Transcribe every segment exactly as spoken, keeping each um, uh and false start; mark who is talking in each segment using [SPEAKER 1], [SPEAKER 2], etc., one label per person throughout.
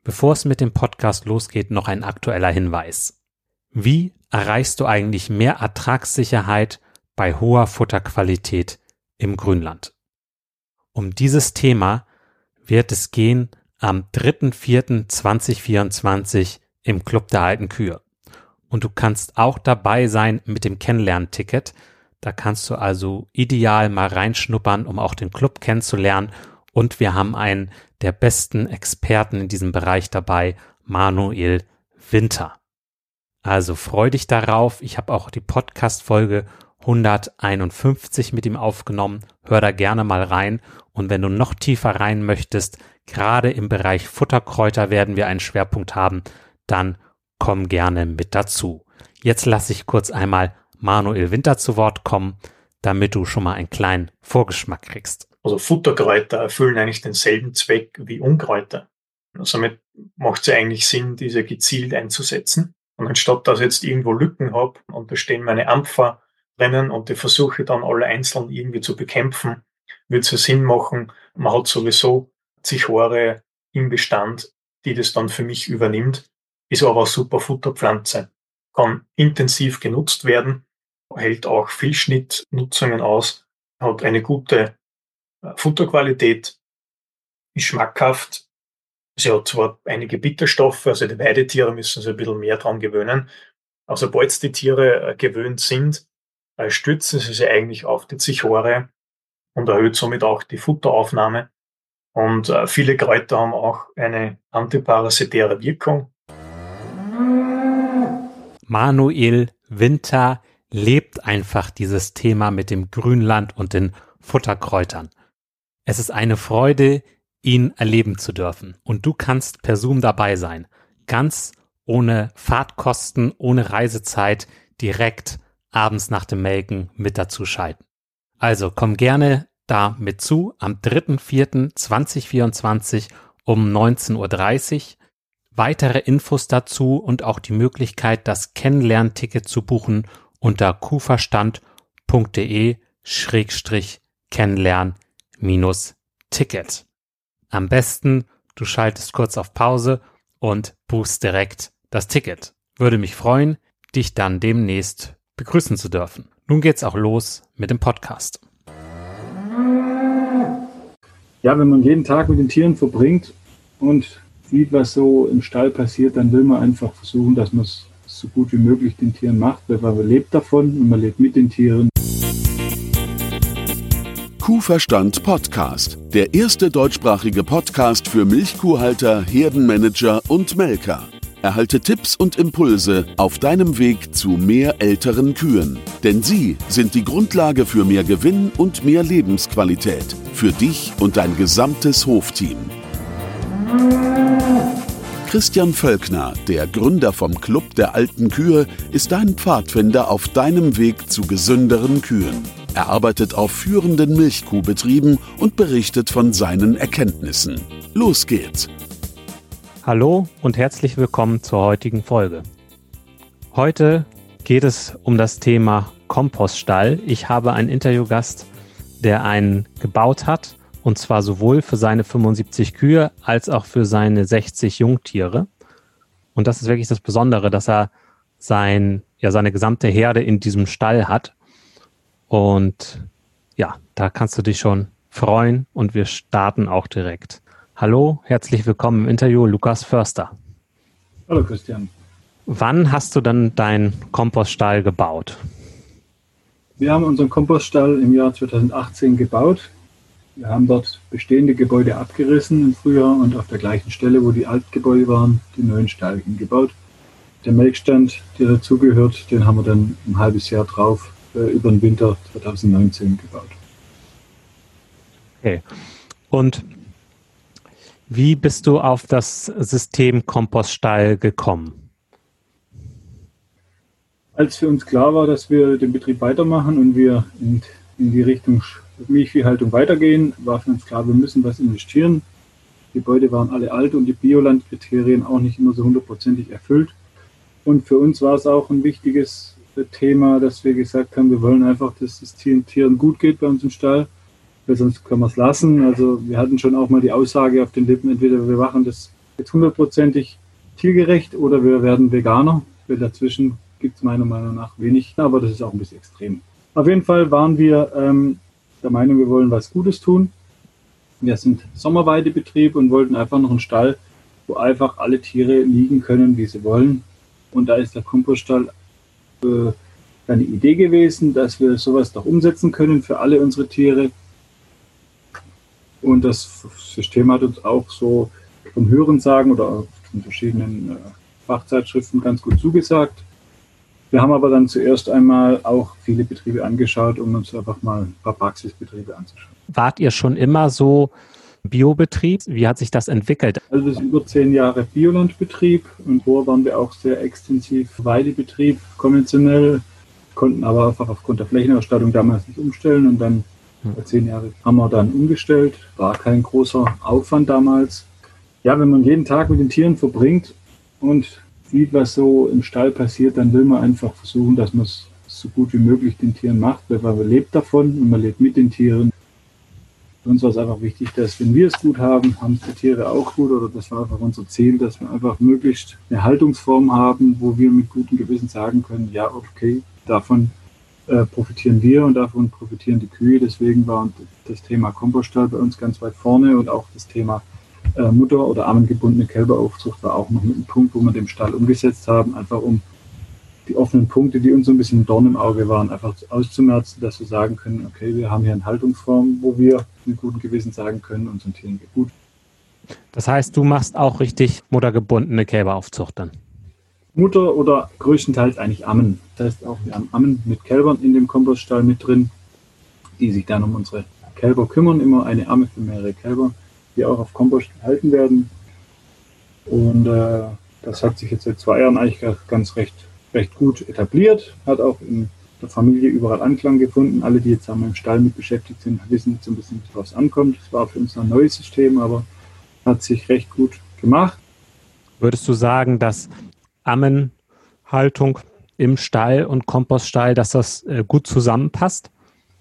[SPEAKER 1] Bevor es mit dem Podcast losgeht, noch ein aktueller Hinweis. Wie erreichst du eigentlich mehr Ertragssicherheit bei hoher Futterqualität im Grünland? Um dieses Thema wird es gehen am dritter vierter zweitausendvierundzwanzig im Club der alten Kühe. Und du kannst auch dabei sein mit dem Kennenlernticket. Da kannst du also ideal mal reinschnuppern, um auch den Club kennenzulernen. Und wir haben einen der besten Experten in diesem Bereich dabei, Manuel Winter. Also freu dich darauf. Ich habe auch die Podcast-Folge hunderteinundfünfzig mit ihm aufgenommen. Hör da gerne mal rein. Und wenn du noch tiefer rein möchtest, gerade im Bereich Futterkräuter werden wir einen Schwerpunkt haben, dann komm gerne mit dazu. Jetzt lasse ich kurz einmal Manuel Winter zu Wort kommen, damit du schon mal einen kleinen Vorgeschmack kriegst.
[SPEAKER 2] Also Futterkräuter erfüllen eigentlich denselben Zweck wie Unkräuter. Und somit macht es ja eigentlich Sinn, diese gezielt einzusetzen. Und anstatt dass ich jetzt irgendwo Lücken habe und da stehen meine Ampfer drinnen und die versuche dann alle einzeln irgendwie zu bekämpfen, würde es ja Sinn machen, man hat sowieso zig Jahre im Bestand, die das dann für mich übernimmt, ist aber eine super Futterpflanze, kann intensiv genutzt werden, hält auch Vielschnittnutzungen aus, hat eine gute Futterqualität, ist schmackhaft. Sie hat zwar einige Bitterstoffe, also die Weidetiere müssen sich ein bisschen mehr dran gewöhnen. Aber sobald die Tiere gewöhnt sind, stützen sie sich eigentlich auf die zig Jahre und erhöht somit auch die Futteraufnahme. Und viele Kräuter haben auch eine antiparasitäre Wirkung.
[SPEAKER 1] Manuel Winter lebt einfach dieses Thema mit dem Grünland und den Futterkräutern. Es ist eine Freude, ihn erleben zu dürfen. Und du kannst per Zoom dabei sein. Ganz ohne Fahrtkosten, ohne Reisezeit, direkt abends nach dem Melken mit dazu schalten. Also komm gerne da mit zu am dritter vierter zweitausendvierundzwanzig um neunzehn Uhr dreißig. Weitere Infos dazu und auch die Möglichkeit, das Kennenlernticket zu buchen unter kuhverstand punkt de schrägstrich kennenlernen minus Ticket. Am besten, du schaltest kurz auf Pause und buchst direkt das Ticket. Würde mich freuen, dich dann demnächst begrüßen zu dürfen. Nun geht's auch los mit dem Podcast.
[SPEAKER 3] Ja, wenn man jeden Tag mit den Tieren verbringt und sieht, was so im Stall passiert, dann will man einfach versuchen, dass man es so gut wie möglich den Tieren macht, weil man lebt davon und man lebt mit den Tieren.
[SPEAKER 4] Kuhverstand Podcast, der erste deutschsprachige Podcast für Milchkuhhalter, Herdenmanager und Melker. Erhalte Tipps und Impulse auf deinem Weg zu mehr älteren Kühen. Denn sie sind die Grundlage für mehr Gewinn und mehr Lebensqualität. Für dich und dein gesamtes Hofteam. Christian Völkner, der Gründer vom Club der alten Kühe, ist dein Pfadfinder auf deinem Weg zu gesünderen Kühen. Er arbeitet auf führenden Milchkuhbetrieben und berichtet von seinen Erkenntnissen. Los geht's!
[SPEAKER 1] Hallo und herzlich willkommen zur heutigen Folge. Heute geht es um das Thema Kompoststall. Ich habe einen Interviewgast, der einen gebaut hat, und zwar sowohl für seine fünfundsiebzig Kühe als auch für seine sechzig Jungtiere. Und das ist wirklich das Besondere, dass er sein, ja, seine gesamte Herde in diesem Stall hat. Und ja, da kannst du dich schon freuen und wir starten auch direkt. Hallo, herzlich willkommen im Interview, Lukas Förster.
[SPEAKER 3] Hallo Christian.
[SPEAKER 1] Wann hast du dann deinen Kompoststall gebaut?
[SPEAKER 3] Wir haben unseren Kompoststall im Jahr zweitausendachtzehn gebaut. Wir haben dort bestehende Gebäude abgerissen im Frühjahr und auf der gleichen Stelle, wo die Altgebäude waren, den neuen Stall hingebaut. Der Melkstand, der dazugehört, den haben wir dann ein halbes Jahr drauf äh, über den Winter zweitausendneunzehn gebaut.
[SPEAKER 1] Okay. Und wie bist du auf das System Kompoststall gekommen?
[SPEAKER 3] Als für uns klar war, dass wir den Betrieb weitermachen und wir in, in die Richtung Milchviehhaltung weitergehen, war für uns klar, wir müssen was investieren. Die Gebäude waren alle alt und die Biolandkriterien auch nicht immer so hundertprozentig erfüllt. Und für uns war es auch ein wichtiges Thema, dass wir gesagt haben, wir wollen einfach, dass es den Tieren gut geht bei uns im Stall, weil sonst können wir es lassen. Also wir hatten schon auch mal die Aussage auf den Lippen, entweder wir machen das jetzt hundertprozentig tiergerecht oder wir werden Veganer, weil dazwischen gibt es meiner Meinung nach wenig, aber das ist auch ein bisschen extrem. Auf jeden Fall waren wir ähm, der Meinung, wir wollen was Gutes tun. Wir sind Sommerweidebetrieb und wollten einfach noch einen Stall, wo einfach alle Tiere liegen können, wie sie wollen. Und da ist der Kompoststall äh, eine Idee gewesen, dass wir sowas doch umsetzen können für alle unsere Tiere. Und das System hat uns auch so vom Hörensagen oder von verschiedenen äh, Fachzeitschriften ganz gut zugesagt. Wir haben aber dann zuerst einmal auch viele Betriebe angeschaut, um uns einfach mal ein paar Praxisbetriebe anzuschauen.
[SPEAKER 1] Wart ihr schon immer so Biobetrieb? Wie hat sich das entwickelt?
[SPEAKER 3] Also das ist über zehn Jahre Biolandbetrieb und vorher waren wir auch sehr extensiv Weidebetrieb, konventionell, konnten aber einfach aufgrund der Flächenausstattung damals nicht umstellen und dann vor zehn Jahren haben wir dann umgestellt. War kein großer Aufwand damals. Ja, wenn man jeden Tag mit den Tieren verbringt und sieht, was so im Stall passiert, dann will man einfach versuchen, dass man es so gut wie möglich den Tieren macht, weil man lebt davon und man lebt mit den Tieren. Für uns war es einfach wichtig, dass wenn wir es gut haben, haben es die Tiere auch gut, oder das war einfach unser Ziel, dass wir einfach möglichst eine Haltungsform haben, wo wir mit gutem Gewissen sagen können, ja, okay, davon äh, profitieren wir und davon profitieren die Kühe. Deswegen war das Thema Kompoststall bei uns ganz weit vorne und auch das Thema äh, Mutter- oder armengebundene Kälberaufzucht war auch noch mit einem Punkt, wo wir den Stall umgesetzt haben, einfach um die offenen Punkte, die uns so ein bisschen ein Dorn im Auge waren, einfach auszumerzen, dass wir sagen können, okay, wir haben hier eine Haltungsform, wo wir mit gutem Gewissen sagen können, unseren Tieren geht gut.
[SPEAKER 1] Das heißt, du machst auch richtig muttergebundene Kälberaufzucht dann?
[SPEAKER 3] Mutter oder größtenteils eigentlich Ammen. Das heißt auch, wir haben Ammen mit Kälbern in dem Kompoststall mit drin, die sich dann um unsere Kälber kümmern. Immer eine Amme für mehrere Kälber, die auch auf Kompost gehalten werden. Und äh, das hat sich jetzt seit zwei Jahren eigentlich ganz recht, recht gut etabliert. Hat auch in der Familie überall Anklang gefunden. Alle, die jetzt einmal im Stall mit beschäftigt sind, wissen jetzt so ein bisschen, worauf es ankommt. Es war für uns ein neues System, aber hat sich recht gut gemacht.
[SPEAKER 1] Würdest du sagen, dass Ammenhaltung im Stall und Kompoststall, dass das äh, gut zusammenpasst?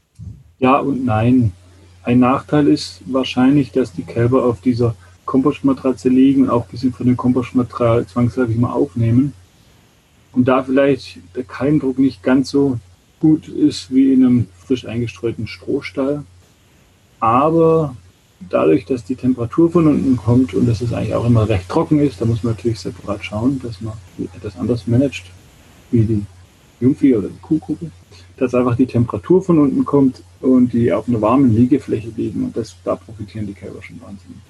[SPEAKER 3] Ja und nein. Ein Nachteil ist wahrscheinlich, dass die Kälber auf dieser Kompostmatratze liegen und auch ein bisschen von dem Kompostmaterial zwangsläufig mal aufnehmen. Und da vielleicht der Keimdruck nicht ganz so gut ist wie in einem frisch eingestreuten Strohstall. Aber dadurch, dass die Temperatur von unten kommt und dass es eigentlich auch immer recht trocken ist, da muss man natürlich separat schauen, dass man etwas anders managt, wie die Jungvieh oder die Kuhgruppe, dass einfach die Temperatur von unten kommt und die auf einer warmen Liegefläche liegen und das, da profitieren die Kälber schon wahnsinnig.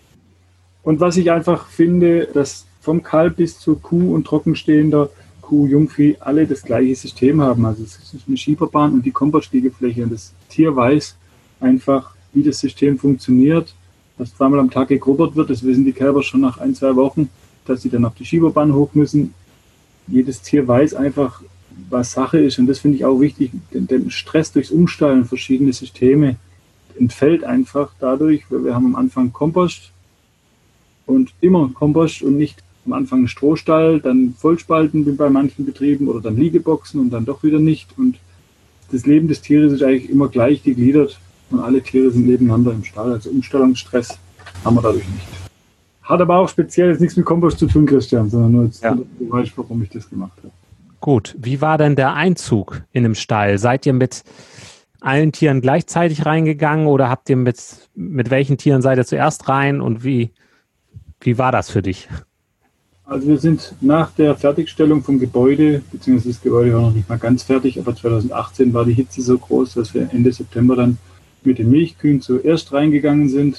[SPEAKER 3] Und was ich einfach finde, dass vom Kalb bis zur Kuh und trockenstehender Kuh, Jungvieh, alle das gleiche System haben. Also es ist eine Schieberbahn und die Kompostliegefläche und das Tier weiß einfach, wie das System funktioniert, dass zweimal am Tag gegrubbert wird. Das wissen die Kälber schon nach ein, zwei Wochen, dass sie dann auf die Schieberbahn hoch müssen. Jedes Tier weiß einfach, was Sache ist. Und das finde ich auch wichtig. Der Stress durchs Umstallen verschiedene Systeme entfällt einfach dadurch, weil wir haben am Anfang Kompost und immer Kompost und nicht am Anfang einen Strohstall, dann Vollspalten wie bei manchen Betrieben oder dann Liegeboxen und dann doch wieder nicht. Und das Leben des Tieres ist eigentlich immer gleich gegliedert. Und alle Tiere sind nebeneinander im Stall. Also Umstellungsstress haben wir dadurch nicht. Hat aber auch speziell jetzt nichts mit Kompost zu tun, Christian, sondern nur jetzt, ja. Du weißt, warum ich das gemacht habe.
[SPEAKER 1] Gut, wie war denn der Einzug in dem Stall? Seid ihr mit allen Tieren gleichzeitig reingegangen oder habt ihr mit, mit welchen Tieren seid ihr zuerst rein und wie, wie war das für dich?
[SPEAKER 3] Also wir sind nach der Fertigstellung vom Gebäude, beziehungsweise das Gebäude war noch nicht mal ganz fertig, aber zwanzig achtzehn war die Hitze so groß, dass wir Ende September dann mit den Milchkühen zuerst reingegangen sind.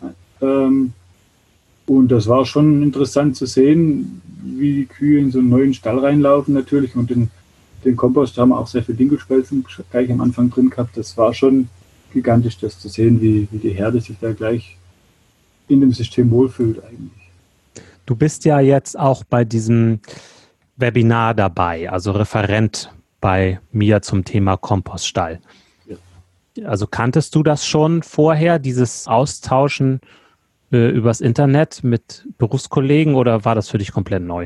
[SPEAKER 3] Ähm, und das war schon interessant zu sehen, wie die Kühe in so einen neuen Stall reinlaufen natürlich. Und den, den Kompost haben wir auch sehr viel Dinkelspelzen gleich am Anfang drin gehabt. Das war schon gigantisch, das zu sehen, wie, wie die Herde sich da gleich in dem System wohlfühlt eigentlich.
[SPEAKER 1] Du bist ja jetzt auch bei diesem Webinar dabei, also Referent bei mir zum Thema Kompoststall. Also kanntest du das schon vorher, dieses Austauschen äh, übers Internet mit Berufskollegen oder war das für dich komplett neu?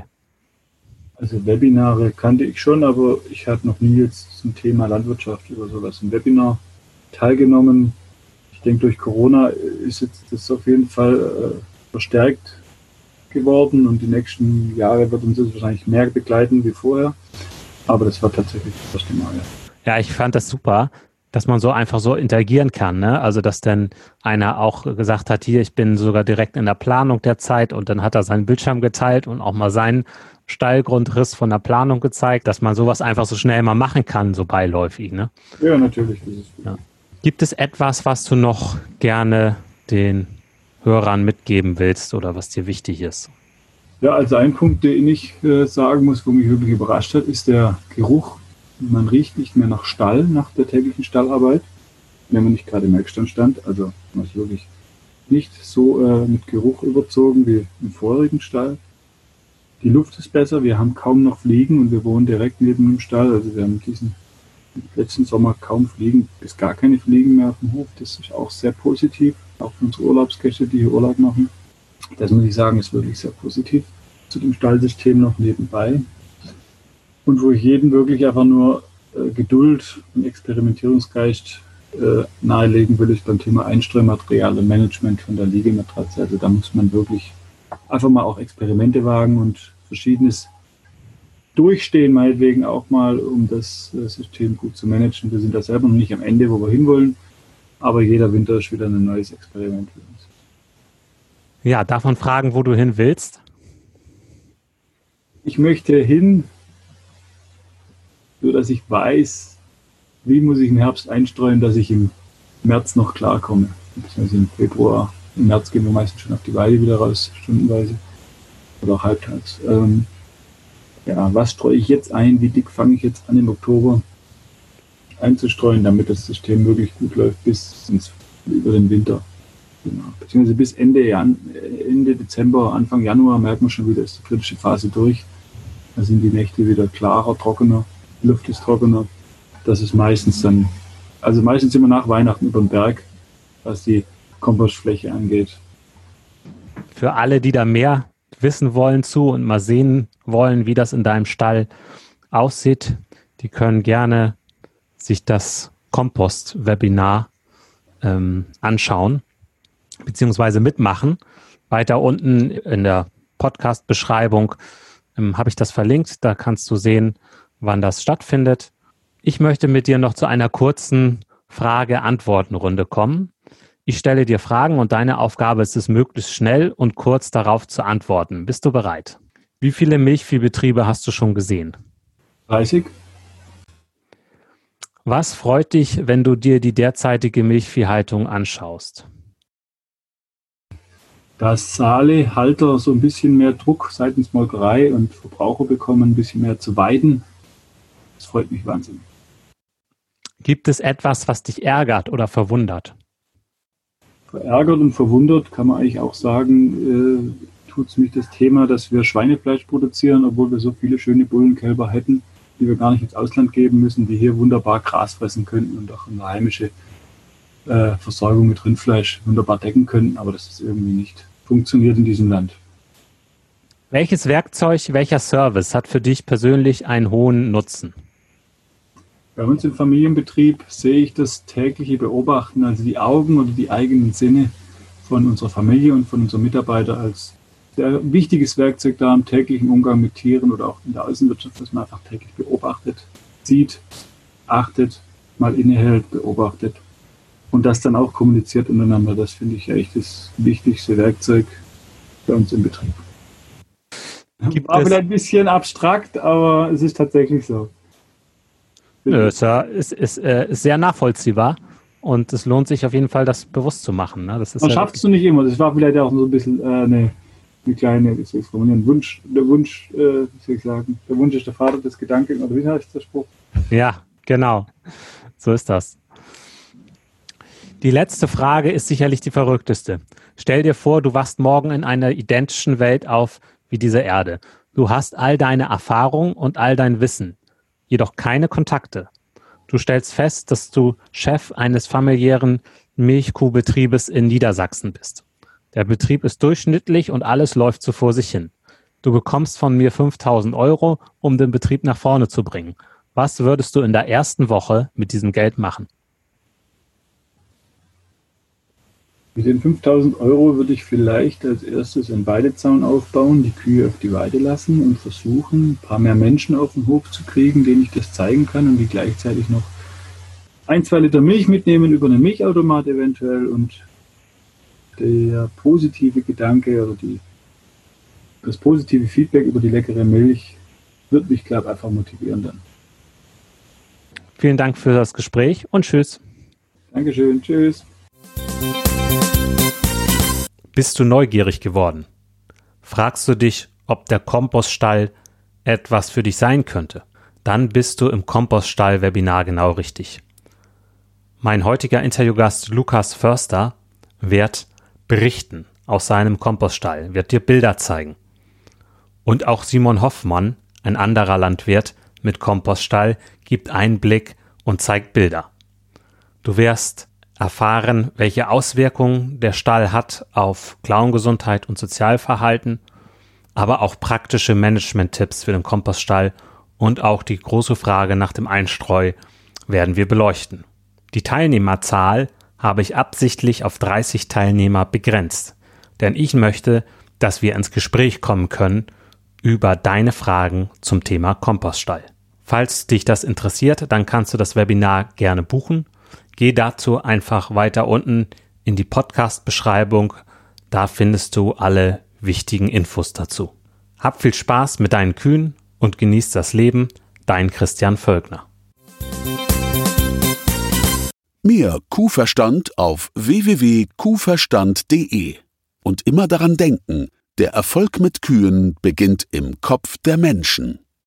[SPEAKER 3] Also Webinare kannte ich schon, aber ich hatte noch nie jetzt zum Thema Landwirtschaft über sowas im Webinar teilgenommen. Ich denke, durch Corona ist jetzt das auf jeden Fall äh, verstärkt geworden und die nächsten Jahre wird uns das wahrscheinlich mehr begleiten wie vorher. Aber das war tatsächlich das erste Mal.
[SPEAKER 1] Ja, ja, ich fand das super, dass man so einfach so interagieren kann, ne? Also, dass dann einer auch gesagt hat, hier, ich bin sogar direkt in der Planung der Zeit und dann hat er seinen Bildschirm geteilt und auch mal seinen Stallgrundriss von der Planung gezeigt, dass man sowas einfach so schnell mal machen kann, so beiläufig, ne?
[SPEAKER 3] Ja, natürlich. Das ist
[SPEAKER 1] ja. Gibt es etwas, was du noch gerne den Hörern mitgeben willst oder was dir wichtig ist?
[SPEAKER 3] Ja, also ein Punkt, den ich äh, sagen muss, wo mich wirklich überrascht hat, ist der Geruch. Man riecht nicht mehr nach Stall, nach der täglichen Stallarbeit, wenn man nicht gerade im Melkstand stand. Also man ist wirklich nicht so äh, mit Geruch überzogen wie im vorigen Stall. Die Luft ist besser, wir haben kaum noch Fliegen und wir wohnen direkt neben dem Stall. Also wir haben diesen letzten Sommer kaum Fliegen, bis gar keine Fliegen mehr auf dem Hof. Das ist auch sehr positiv, auch für unsere Urlaubsgäste, die hier Urlaub machen. Das muss ich sagen, ist wirklich sehr positiv. Zu dem Stallsystem noch nebenbei. Und wo ich jedem wirklich einfach nur äh, Geduld und Experimentierungsgeist äh, nahelegen will, ist beim Thema Einstreumaterial und Management von der Liegematratze. Also da muss man wirklich einfach mal auch Experimente wagen und Verschiedenes durchstehen, meinetwegen auch mal, um das äh, System gut zu managen. Wir sind da selber noch nicht am Ende, wo wir hinwollen, aber jeder Winter ist wieder ein neues Experiment für uns.
[SPEAKER 1] Ja, darf man fragen, wo du hin willst?
[SPEAKER 3] Ich möchte hin, so dass ich weiß, wie muss ich im Herbst einstreuen, dass ich im März noch klarkomme. Beziehungsweise im Februar, im März gehen wir meistens schon auf die Weide wieder raus, stundenweise oder auch halbtags. Ähm, ja, was streue ich jetzt ein? Wie dick fange ich jetzt an im Oktober einzustreuen, damit das System wirklich gut läuft bis ins, über den Winter. Genau. Beziehungsweise bis Ende, Jan, Ende Dezember, Anfang Januar merkt man schon wieder, ist die kritische Phase durch. Da sind die Nächte wieder klarer, trockener, die Luft ist trockener. Das ist meistens dann, also meistens immer nach Weihnachten über den Berg, was die Kompostfläche angeht.
[SPEAKER 1] Für alle, die da mehr wissen wollen zu und mal sehen wollen, wie das in deinem Stall aussieht, die können gerne sich das Kompost-Webinar ähm, anschauen, beziehungsweise mitmachen. Weiter unten in der Podcast-Beschreibung ähm, habe ich das verlinkt. Da kannst du sehen, wann das stattfindet. Ich möchte mit dir noch zu einer kurzen Frage-Antworten-Runde kommen. Ich stelle dir Fragen und deine Aufgabe ist es, möglichst schnell und kurz darauf zu antworten. Bist du bereit? Wie viele Milchviehbetriebe hast du schon gesehen?
[SPEAKER 3] dreißig.
[SPEAKER 1] Was freut dich, wenn du dir die derzeitige Milchviehhaltung anschaust?
[SPEAKER 3] Dass Saale-Halter so ein bisschen mehr Druck seitens Molkerei und Verbraucher bekommen, ein bisschen mehr zu weiden, das freut mich wahnsinnig.
[SPEAKER 1] Gibt es etwas, was dich ärgert oder verwundert?
[SPEAKER 3] Verärgert und verwundert kann man eigentlich auch sagen, äh, tut es mich das Thema, dass wir Schweinefleisch produzieren, obwohl wir so viele schöne Bullenkälber hätten, die wir gar nicht ins Ausland geben müssen, die hier wunderbar Gras fressen könnten und auch eine heimische äh, Versorgung mit Rindfleisch wunderbar decken könnten, aber das ist irgendwie nicht funktioniert in diesem Land.
[SPEAKER 1] Welches Werkzeug, welcher Service hat für dich persönlich einen hohen Nutzen?
[SPEAKER 3] Bei uns im Familienbetrieb sehe ich das tägliche Beobachten, also die Augen oder die eigenen Sinne von unserer Familie und von unseren Mitarbeitern als sehr wichtiges Werkzeug da im täglichen Umgang mit Tieren oder auch in der Außenwirtschaft, dass man einfach täglich beobachtet, sieht, achtet, mal innehält, beobachtet und das dann auch kommuniziert untereinander. Das finde ich echt das wichtigste Werkzeug bei uns im Betrieb.
[SPEAKER 1] Gibt
[SPEAKER 3] War
[SPEAKER 1] es
[SPEAKER 3] vielleicht ein bisschen abstrakt, aber es ist tatsächlich so.
[SPEAKER 1] Nö, ist, ja, ist, ist, äh, ist sehr nachvollziehbar und es lohnt sich auf jeden Fall, das bewusst zu machen. Ne? Das ist
[SPEAKER 3] Man
[SPEAKER 1] ja
[SPEAKER 3] schafft es nicht immer. Das war vielleicht auch so ein bisschen äh, eine, eine kleine, wie soll ich formulieren, Wunsch, der Wunsch, äh, wie soll ich sagen, der Wunsch ist der Vater des Gedanken, oder wie heißt der Spruch?
[SPEAKER 1] Ja, genau. So ist das. Die letzte Frage ist sicherlich die verrückteste. Stell dir vor, du wachst morgen in einer identischen Welt auf wie diese Erde. Du hast all deine Erfahrung und all dein Wissen, jedoch keine Kontakte. Du stellst fest, dass du Chef eines familiären Milchkuhbetriebes in Niedersachsen bist. Der Betrieb ist durchschnittlich und alles läuft so vor sich hin. Du bekommst von mir fünftausend Euro, um den Betrieb nach vorne zu bringen. Was würdest du in der ersten Woche mit diesem Geld machen?
[SPEAKER 3] Mit den fünftausend Euro würde ich vielleicht als erstes einen Weidezaun aufbauen, die Kühe auf die Weide lassen und versuchen, ein paar mehr Menschen auf den Hof zu kriegen, denen ich das zeigen kann und die gleichzeitig noch ein, zwei Liter Milch mitnehmen über einen Milchautomat eventuell, und der positive Gedanke oder die, das positive Feedback über die leckere Milch wird mich, glaube ich, einfach motivieren dann.
[SPEAKER 1] Vielen Dank für das Gespräch und tschüss.
[SPEAKER 3] Dankeschön, tschüss.
[SPEAKER 1] Bist du neugierig geworden? Fragst du dich, ob der Kompoststall etwas für dich sein könnte? Dann bist du im Kompoststall-Webinar genau richtig. Mein heutiger Interviewgast Lukas Förster wird berichten aus seinem Kompoststall, wird dir Bilder zeigen. Und auch Simon Hoffmann, ein anderer Landwirt mit Kompoststall, gibt Einblick und zeigt Bilder. Du wirst erfahren, welche Auswirkungen der Stall hat auf Klauengesundheit und Sozialverhalten, aber auch praktische Management-Tipps für den Kompoststall und auch die große Frage nach dem Einstreu werden wir beleuchten. Die Teilnehmerzahl habe ich absichtlich auf dreißig Teilnehmer begrenzt, denn ich möchte, dass wir ins Gespräch kommen können über deine Fragen zum Thema Kompoststall. Falls dich das interessiert, dann kannst du das Webinar gerne buchen. Geh dazu einfach weiter unten in die Podcast-Beschreibung. Da findest du alle wichtigen Infos dazu. Hab viel Spaß mit deinen Kühen und genieß das Leben. Dein Christian Völkner.
[SPEAKER 4] Mehr Kuhverstand auf w w w punkt kuhverstand punkt de. Und immer daran denken, der Erfolg mit Kühen beginnt im Kopf der Menschen.